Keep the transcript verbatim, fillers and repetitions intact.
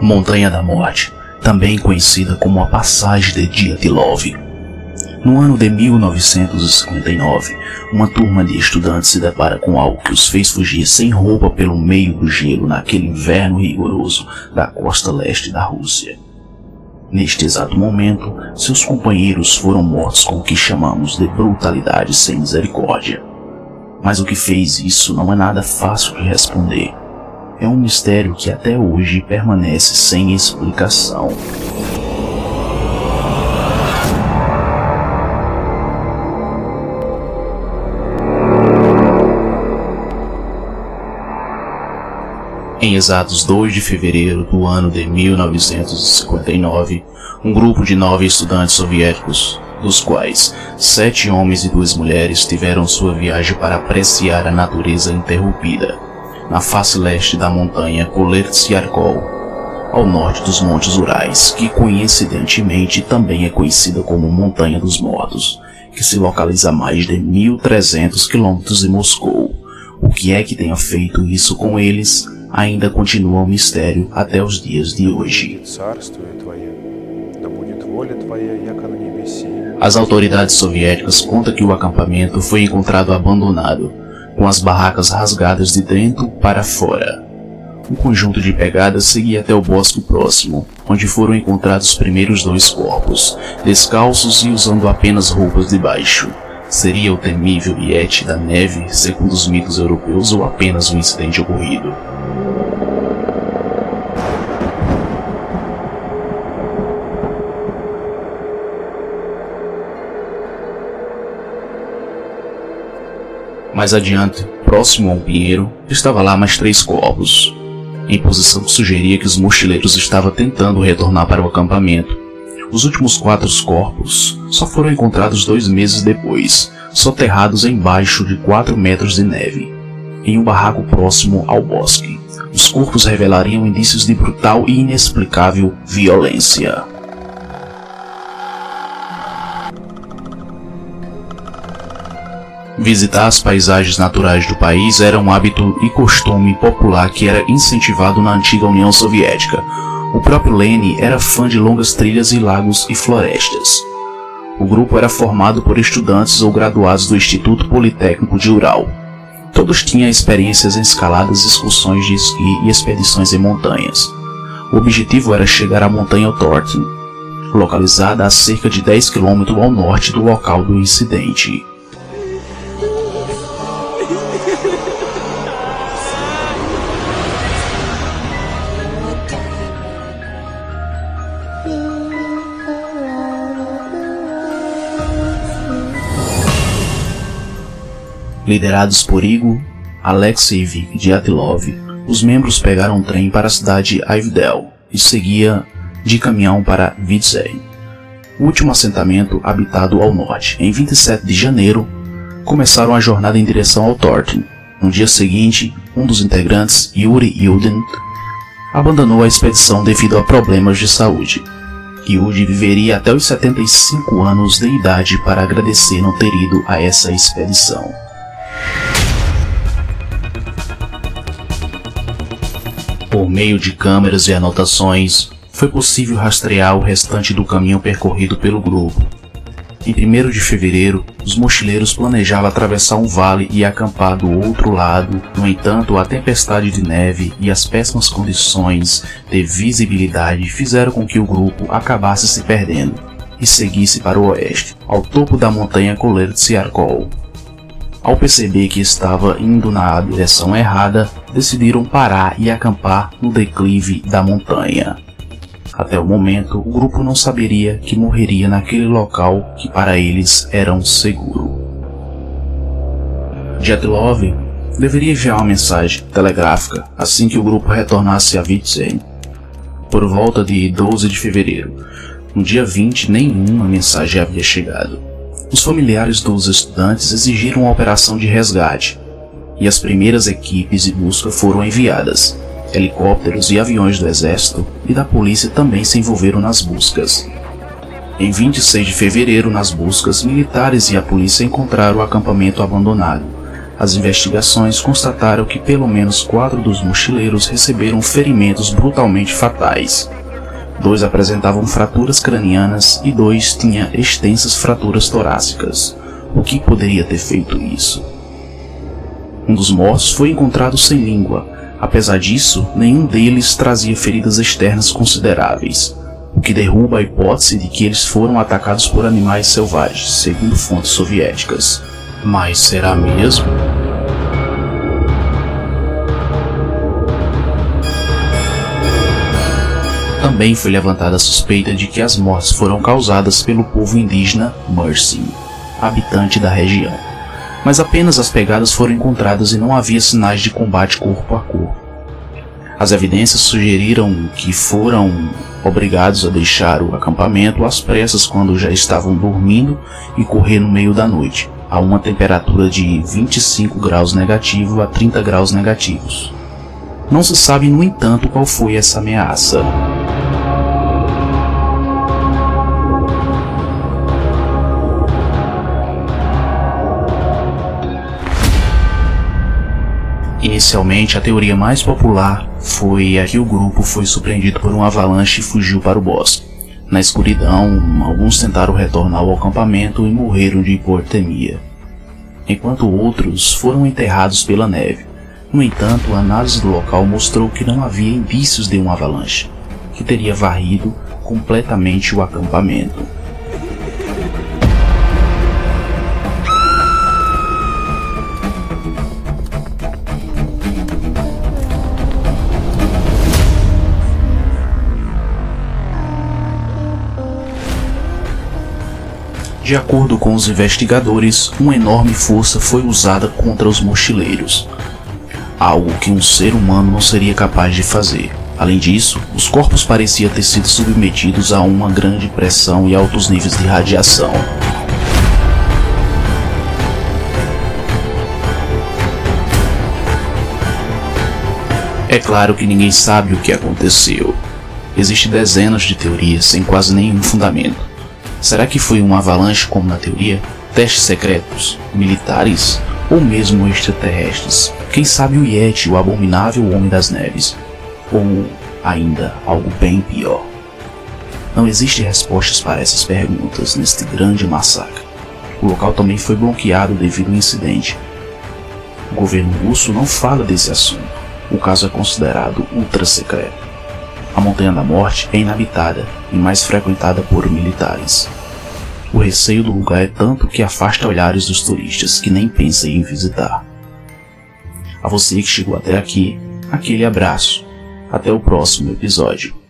Montanha da Morte, também conhecida como a Passagem de Dyatlov. No ano de mil novecentos e cinquenta e nove, uma turma de estudantes se depara com algo que os fez fugir sem roupa pelo meio do gelo naquele inverno rigoroso da costa leste da Rússia. Neste exato momento, seus companheiros foram mortos com o que chamamos de brutalidade sem misericórdia. Mas o que fez isso não é nada fácil de responder. É um mistério que até hoje permanece sem explicação. Em exatos dois de fevereiro do ano de mil novecentos e cinquenta e nove, um grupo de nove estudantes soviéticos, dos quais sete homens e duas mulheres, tiveram sua viagem para apreciar a natureza interrompida, na face leste da montanha Kolertsyarkov, ao norte dos Montes Urais, que coincidentemente também é conhecida como Montanha dos Mortos, que se localiza a mais de mil e trezentos quilômetros de Moscou. O que é que tenha feito isso com eles ainda continua um mistério até os dias de hoje. As autoridades soviéticas contam que o acampamento foi encontrado abandonado, com as barracas rasgadas de dentro para fora. Um conjunto de pegadas seguia até o bosque próximo, onde foram encontrados os primeiros dois corpos, descalços e usando apenas roupas de baixo. Seria o temível Yeti da neve, segundo os mitos europeus, ou apenas um incidente ocorrido? Mais adiante, próximo a um pinheiro, estava lá mais três corpos, em posição que sugeria que os mochileiros estavam tentando retornar para o acampamento. Os últimos quatro corpos só foram encontrados dois meses depois, soterrados embaixo de quatro metros de neve, em um barraco próximo ao bosque. Os corpos revelariam indícios de brutal e inexplicável violência. Visitar as paisagens naturais do país era um hábito e costume popular que era incentivado na antiga União Soviética. O próprio Lenin era fã de longas trilhas e lagos e florestas. O grupo era formado por estudantes ou graduados do Instituto Politécnico de Ural. Todos tinham experiências em escaladas, excursões de esqui e expedições em montanhas. O objetivo era chegar à montanha Tortin, localizada a cerca de dez quilômetros ao norte do local do incidente. Liderados por Igor Alexeyevich Dyatlov, os membros pegaram um trem para a cidade de Ivdel e seguia de caminhão para Vidzey, o último assentamento habitado ao norte. Em vinte e sete de janeiro, começaram a jornada em direção ao Tortin. No dia seguinte, um dos integrantes, Yuri Yudin, abandonou a expedição devido a problemas de saúde. Yuri viveria até os setenta e cinco anos de idade para agradecer não ter ido a essa expedição. Por meio de câmeras e anotações, foi possível rastrear o restante do caminho percorrido pelo grupo. Em primeiro de fevereiro, os mochileiros planejavam atravessar um vale e acampar do outro lado. No entanto, a tempestade de neve e as péssimas condições de visibilidade fizeram com que o grupo acabasse se perdendo e seguisse para o oeste, ao topo da montanha Kolertsyarkov. Ao perceber que estava indo na direção errada, decidiram parar e acampar no declive da montanha. Até o momento, o grupo não saberia que morreria naquele local que para eles era um seguro. Dyatlov deveria enviar uma mensagem telegráfica assim que o grupo retornasse a Vidzey, por volta de doze de fevereiro. No dia vinte, nenhuma mensagem havia chegado. Os familiares dos estudantes exigiram uma operação de resgate, e as primeiras equipes de busca foram enviadas. Helicópteros e aviões do exército e da polícia também se envolveram nas buscas. Em vinte e seis de fevereiro, nas buscas, militares e a polícia encontraram o acampamento abandonado. As investigações constataram que pelo menos quatro dos mochileiros receberam ferimentos brutalmente fatais. Dois apresentavam fraturas cranianas e dois tinham extensas fraturas torácicas. O que poderia ter feito isso? Um dos mortos foi encontrado sem língua. Apesar disso, nenhum deles trazia feridas externas consideráveis, o que derruba a hipótese de que eles foram atacados por animais selvagens, segundo fontes soviéticas. Mas será mesmo? Também foi levantada a suspeita de que as mortes foram causadas pelo povo indígena Mersin, habitante da região. Mas apenas as pegadas foram encontradas e não havia sinais de combate corpo a corpo. As evidências sugeriram que foram obrigados a deixar o acampamento às pressas quando já estavam dormindo e correr no meio da noite, a uma temperatura de vinte e cinco graus negativo a trinta graus negativos. Não se sabe, no entanto, qual foi essa ameaça. Inicialmente, a teoria mais popular foi a que o grupo foi surpreendido por uma avalanche e fugiu para o bosque. Na escuridão, alguns tentaram retornar ao acampamento e morreram de hipotermia, enquanto outros foram enterrados pela neve. No entanto, a análise do local mostrou que não havia indícios de uma avalanche, que teria varrido completamente o acampamento. De acordo com os investigadores, uma enorme força foi usada contra os mochileiros, algo que um ser humano não seria capaz de fazer. Além disso, os corpos pareciam ter sido submetidos a uma grande pressão e altos níveis de radiação. É claro que ninguém sabe o que aconteceu. Existem dezenas de teorias sem quase nenhum fundamento. Será que foi uma avalanche como na teoria? Testes secretos? Militares? Ou mesmo extraterrestres? Quem sabe o Yeti, o abominável Homem das Neves? Ou ainda algo bem pior? Não existem respostas para essas perguntas neste grande massacre. O local também foi bloqueado devido ao incidente. O governo russo não fala desse assunto. O caso é considerado ultra secreto. A Montanha da Morte é inabitada e mais frequentada por militares. O receio do lugar é tanto que afasta olhares dos turistas que nem pensam em visitar. A você que chegou até aqui, aquele abraço. Até o próximo episódio.